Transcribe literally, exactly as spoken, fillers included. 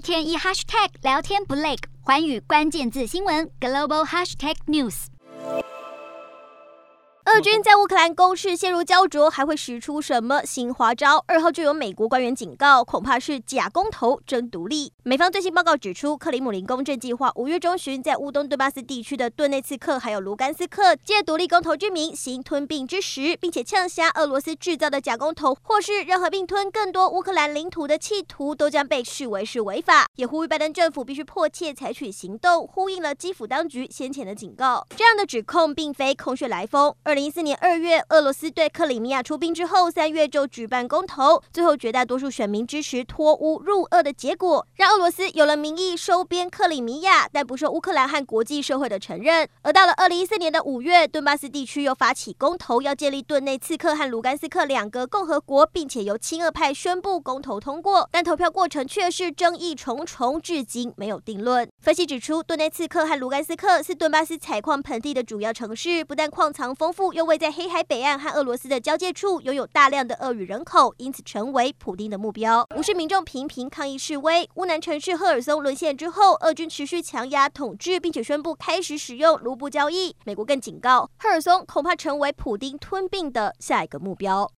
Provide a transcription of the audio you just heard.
天一 hashtag 聊天不累，寰宇关键字新闻 global hashtag news。 俄军在乌克兰攻势陷入焦灼，还会使出什么新花招？二号就有美国官员警告，恐怕是假公投争独立。美方最新报告指出，克里姆林宫正计划五月中旬在乌东顿巴斯地区的顿内茨克还有卢甘斯克借独立公投之名行吞并之实，并且呛下俄罗斯制造的假公投或是任何并吞更多乌克兰领土的企图，都将被视为是违法。也呼吁拜登政府必须迫切采取行动，呼应了基辅当局先前的警告。这样的指控并非空穴来风。二零一四年二月，俄罗斯对克里米亚出兵之后，三月就举办公投，最后绝大多数选民支持脱乌入俄的结果，让俄罗斯有了民意收编克里米亚，但不受乌克兰和国际社会的承认。而到了二零一四年的五月，顿巴斯地区又发起公投，要建立顿内茨克和卢甘斯克两个共和国，并且由亲俄派宣布公投通过，但投票过程却是争议重重，至今没有定论。分析指出，顿内茨克和卢甘斯克是顿巴斯采矿盆地的主要城市，不但矿藏丰富，又位在黑海北岸和俄罗斯的交界处，拥有大量的俄语人口，因此成为普丁的目标。无视民众频频抗议示威，乌南城市赫尔松沦陷之后，俄军持续强压统治，并且宣布开始使用卢布交易。美国更警告，赫尔松恐怕成为普丁吞并的下一个目标。